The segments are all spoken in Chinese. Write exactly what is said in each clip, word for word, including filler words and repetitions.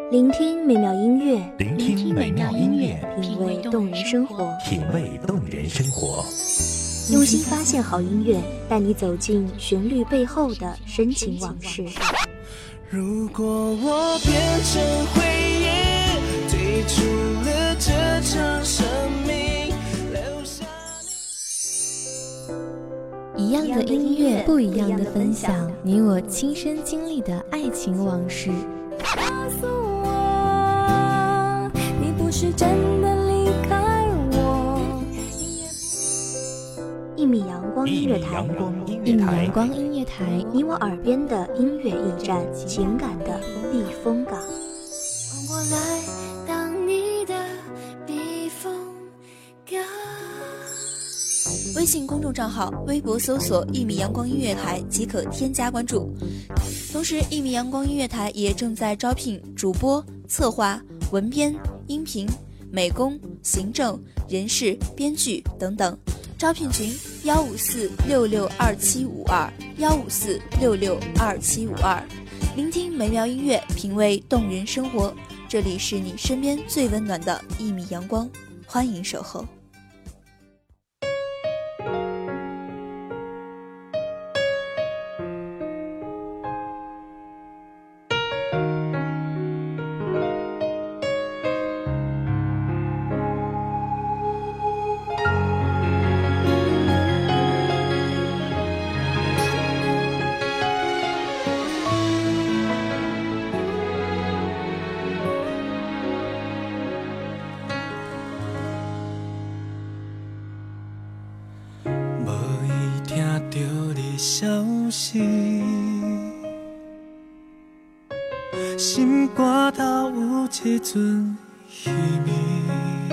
聆听美妙音乐， 聆听美妙音乐， 品味动人生活， 品味动人生活。 用心发现好音乐，带你走进旋律背后的深情往事。 如果我变成回忆，退出了这场生命，留下一样的音乐，不一样的分享，你我亲身经历的爱情往事。 告诉我，你不是真的离开我。 一米阳光音乐台， 一米阳光音乐台， 你我耳边的音乐驿站，情感的避风港。 让我来当你的避风港。 微信公众账号、微博搜索“一米阳光音乐台”即可添加关注。同时，一米阳光音乐台也正在招聘主播、策划、文编、音频、美工、行政、人事、编剧等等。招聘群：幺五四六六二七五二幺五四六六二七五二。聆听美妙音乐，品味动人生活。这里是你身边最温暖的一米阳光，欢迎守候。 消息，心肝头有一阵虚迷，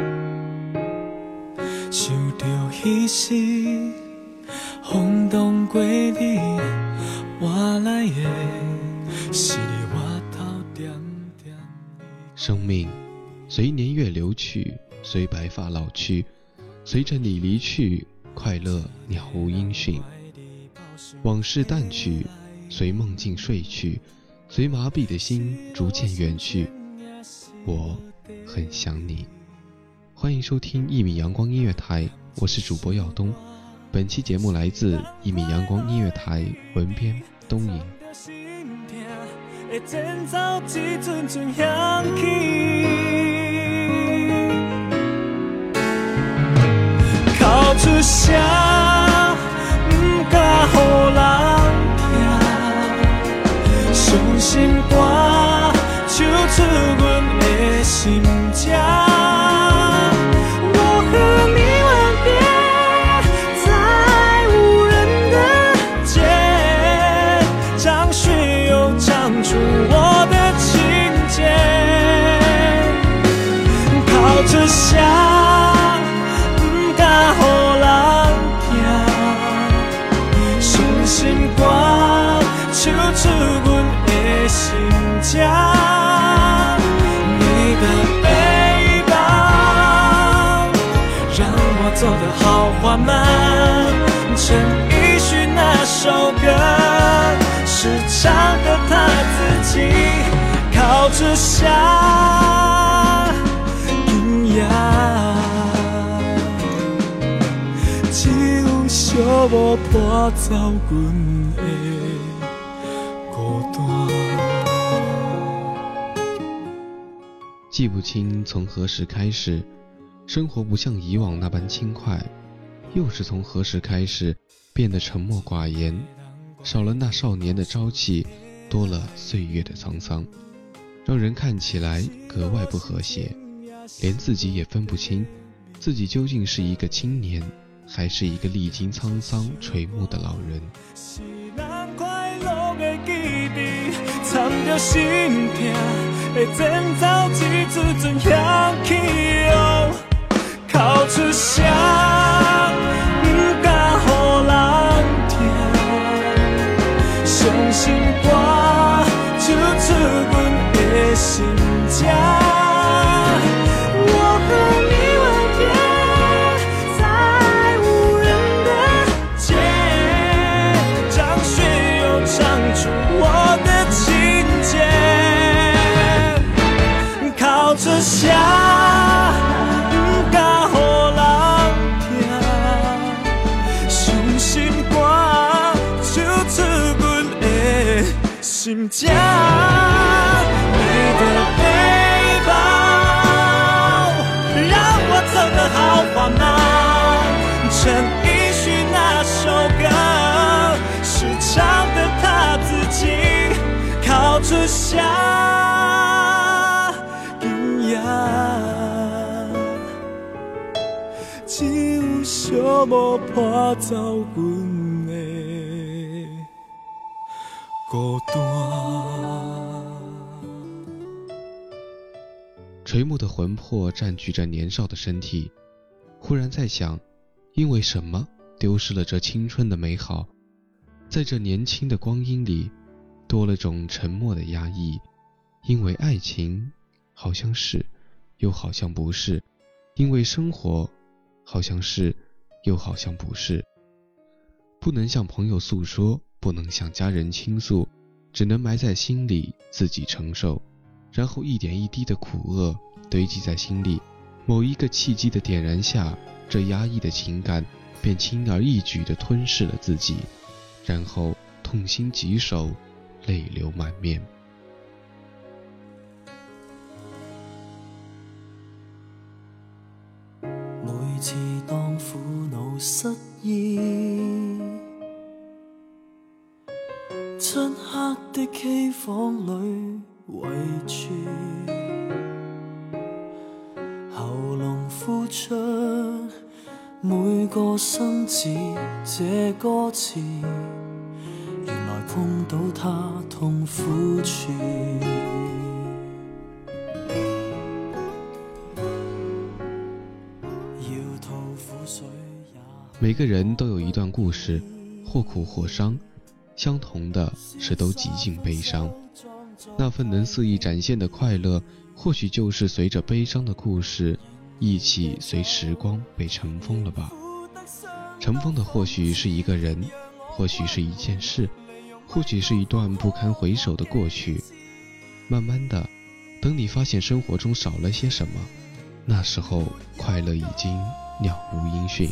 想着彼时轰动过你，换来的是你我头点点。 生命随年月流去，随白发老去，随着你离去，快乐鸟无音讯。往事淡去，随梦境睡去，随麻痹的心逐渐远去。我很想你。欢迎收听一米阳光音乐台，我是主播耀东。本期节目来自一米阳光音乐台，文编东影。 哭出声甲予人听，伤心歌唱出阮的心情。我和你吻别在无人的街，张学友唱出我的情节，哭出声不敢予人心歌唱出阮的心情，你的背包让我走得好缓慢。陈奕迅那首歌是唱给他自己，靠着下音乐。小无伴走阮的孤单。 记不清从何时开始，生活不像以往那般轻快，又是从何时开始变得沉默寡言，少了那少年的朝气，多了岁月的沧桑，让人看起来格外不和谐，连自己也分不清自己究竟是一个青年，还是一个历经沧桑垂暮的老人。 是咱快乐的记忆，藏着心痛的前奏一阵阵响起，哦，哭出声不敢予人听，伤心歌唱出阮的心情。我和你吻别在无人的街，张学友唱出我的情节。 啥不敢予人听，伤心歌唱出阮的心情。你的背包让我走得好缓慢，陈奕迅那首歌是唱的他自己靠出声音呀，只有小无破走阮的孤单。 垂暮的魂魄占据着年少的身体，忽然在想，因为什么丢失了这青春的美好？在这年轻的光阴里，多了种沉默的压抑。因为爱情，好像是，又好像不是；因为生活，好像是，又好像不是。不能向朋友诉说，不能向家人倾诉，只能埋在心里自己承受，然后一点一滴的苦厄堆积在心里，某一个契机的点燃下，这压抑的情感便轻而易举地吞噬了自己，然后痛心疾首，泪流满面。 每次當苦惱失意，漆黑的機房裏圍住，喉嚨呼出每個生字，這歌詞原來碰到他痛苦處。 每个人都有一段故事，或苦或伤，相同的是都极尽悲伤。那份能肆意展现的快乐，或许就是随着悲伤的故事一起随时光被尘封了吧。尘封的或许是一个人，或许是一件事，或许是一段不堪回首的过去。慢慢的，等你发现生活中少了些什么，那时候快乐已经了无音讯。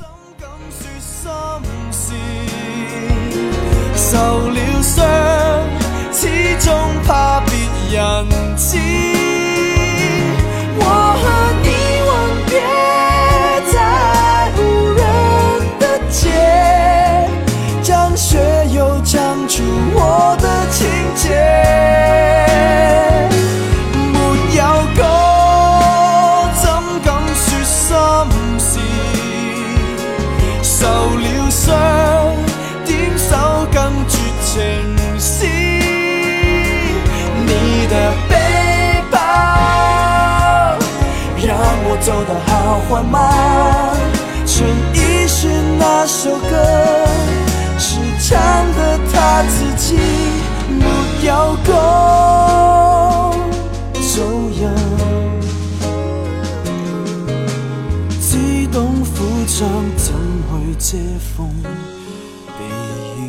受了傷，始終怕別人知。我和你吻別在無人的街，將雪又唱出我的情節。沒有歌，怎敢說心事？受了傷，點手更絕情詩。你的背包讓我走得好緩慢，陳奕迅那首歌是唱的他自己沒有歌走樣，只懂苦唱怎去遮風避雨。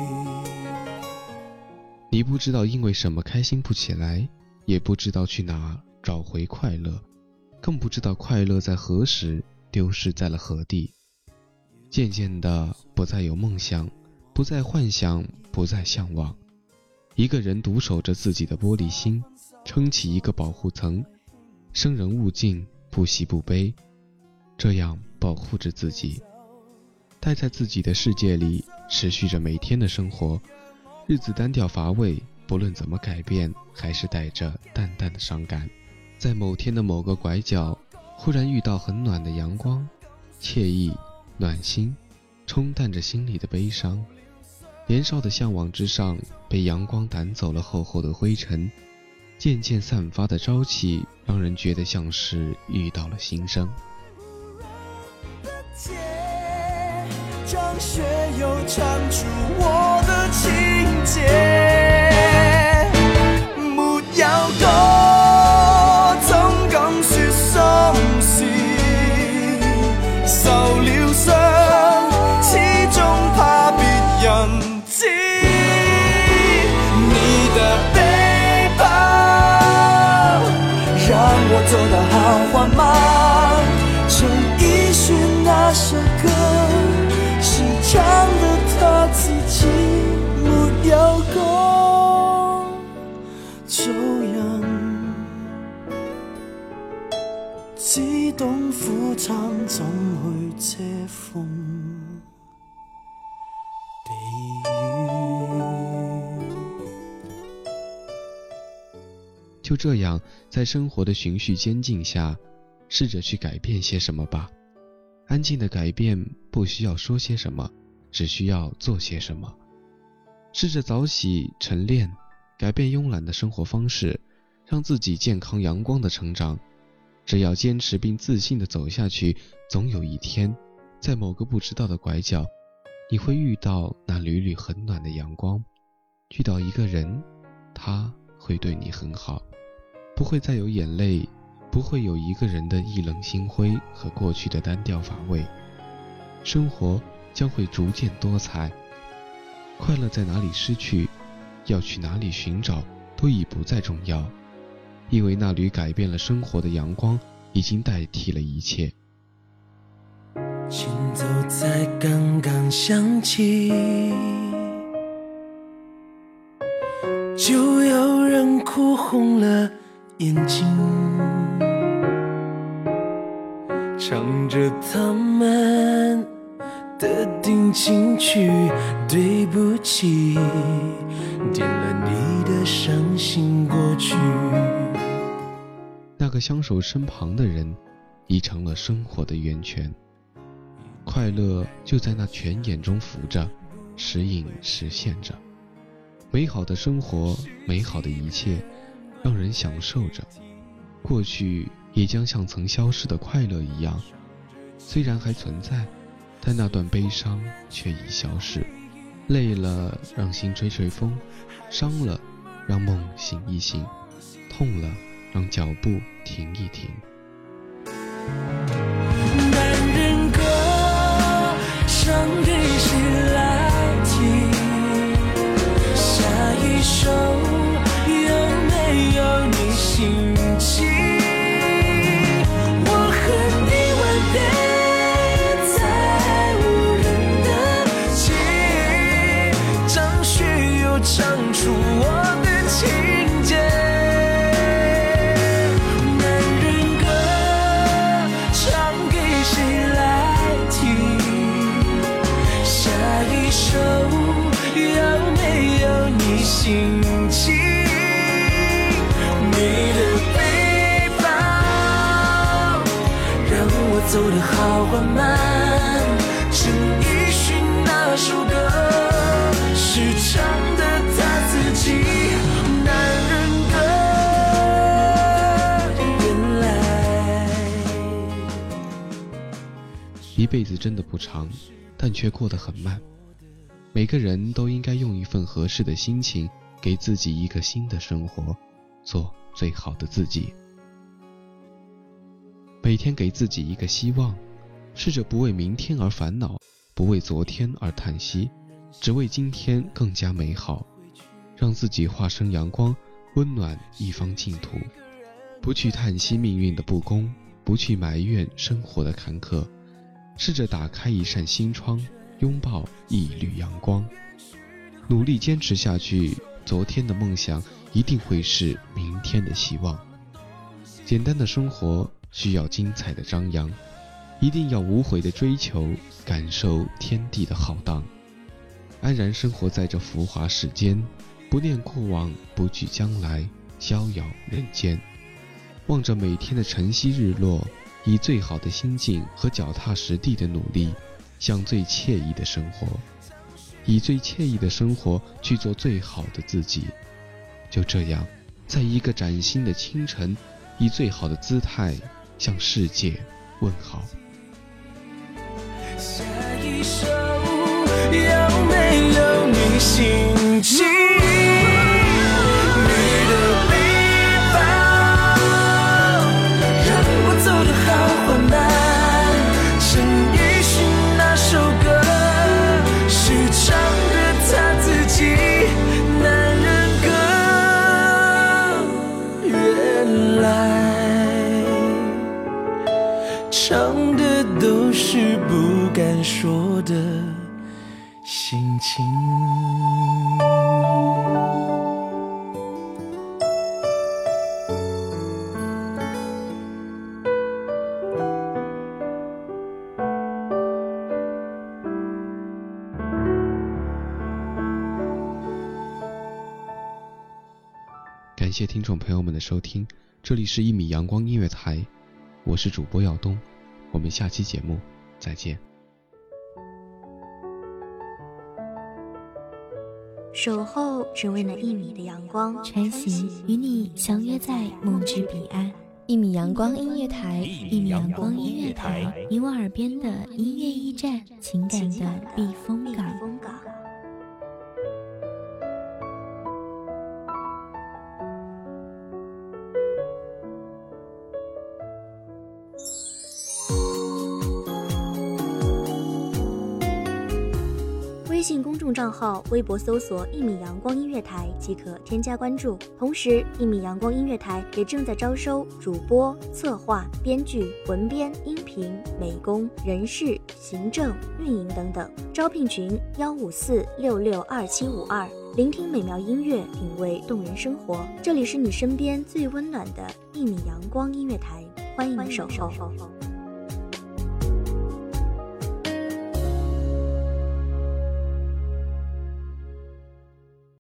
你不知道因為什麼開心不起來，也不知道去哪找回快樂，更不知道快樂在何時丟失在了何地。漸漸的不再有夢想，不再幻想，不再向往。一個人獨守着自己的玻璃心，撐起一個保護層，生人勿近，不喜不悲，這樣保護着自己。待在自己的世界裡，持續着每天的生活，日子單調乏味，不論怎麼改變，還是帶着淡淡的傷感。在某天的某個拐角，忽然遇到很暖的陽光，愜意暖心，沖淡着心裡的悲傷。年少的向往之上，被陽光掸走了厚厚的灰塵，漸漸散發的朝氣，讓人覺得像是遇到了新生。 張學友唱出我的情節，沒有歌，怎敢說心事？受了傷，始終怕別人知。你的背包讓我走得好话吗？陈奕迅那首歌是唱的他自己没有过，做人只懂苦撐，怎去遮風避雨。 就这样，在生活的循序渐进下，试着去改变些什么吧。安静的改变不需要说些什么，只需要做些什么。试着早起晨练，改变慵懒的生活方式，让自己健康阳光的成长。只要坚持并自信地走下去，总有一天，在某个不知道的拐角，你会遇到那缕缕很暖的阳光，遇到一个人，他会对你很好，不会再有眼泪，不会有一个人的意冷心灰和过去的单调乏味。生活将会逐渐多彩，快乐在哪里失去，要去哪里寻找，都已不再重要，因为那缕改变了生活的阳光已经代替了一切。 前奏才刚刚响起，就有人哭红了眼睛，唱着他们的定情曲，对不起，点了你的伤心过去。 那个相守身旁的人已成了生活的源泉，快乐就在那泉眼中浮着，时隐时现着。美好的生活，美好的一切，让人享受着。过去也将像曾消失的快乐一样，虽然还存在，但那段悲伤却已消逝。累了让心吹吹风，伤了让梦醒一醒，痛了让脚步停一停。 男人歌唱给谁来听？下一首有没有你心情？我和你吻别在无人的街，张学友唱出我的情节。男人歌唱给谁来听？下一首有没有你心情？你的背包让我走得好缓慢，陈奕迅那首歌是唱的他自己。男人歌原来一辈子真的不长，但却过得很慢。每个人都应该用一份合适的心情，给自己一个新的生活，做最好的自己。每天给自己一个希望，试着不为明天而烦恼，不为昨天而叹息，只为今天更加美好。让自己化身阳光，温暖一方净土。不去叹息命运的不公，不去埋怨生活的坎坷，试着打开一扇心窗，拥抱一缕阳光。努力坚持下去，昨天的梦想一定会是明天的希望。简单的生活需要精彩的张扬，一定要无悔的追求，感受天地的浩荡。安然生活在这浮华世间，不念过往，不惧将来，逍遥人间。望着每天的晨曦日落，以最好的心境和脚踏实地的努力，向最惬意的生活，以最惬意的生活去做最好的自己。就这样，在一个崭新的清晨，以最好的姿态向世界问好。 下一首有没有你心情？你的背包让我走得好缓慢，陈奕迅那首歌是唱的他自己。男人歌原来感谢听众朋友们的收听，这里是一米阳光音乐台，我是主播耀东，我们下期节目再见。 守候只为那一米的阳光， 穿行与你相约在梦之彼岸。一米阳光音乐台，一米阳光音乐台，你我耳边的音乐驿站，情感的避风港。 微信公众账号、微博搜索“一米阳光音乐台”即可添加关注。同时，一米阳光音乐台也正在招收主播、策划、编剧、文编、音频、美工、人事、行政、运营等等。招聘群：幺五四六六二七五二。聆听美妙音乐，品味动人生活。这里是你身边最温暖的一米阳光音乐台，欢迎你守候。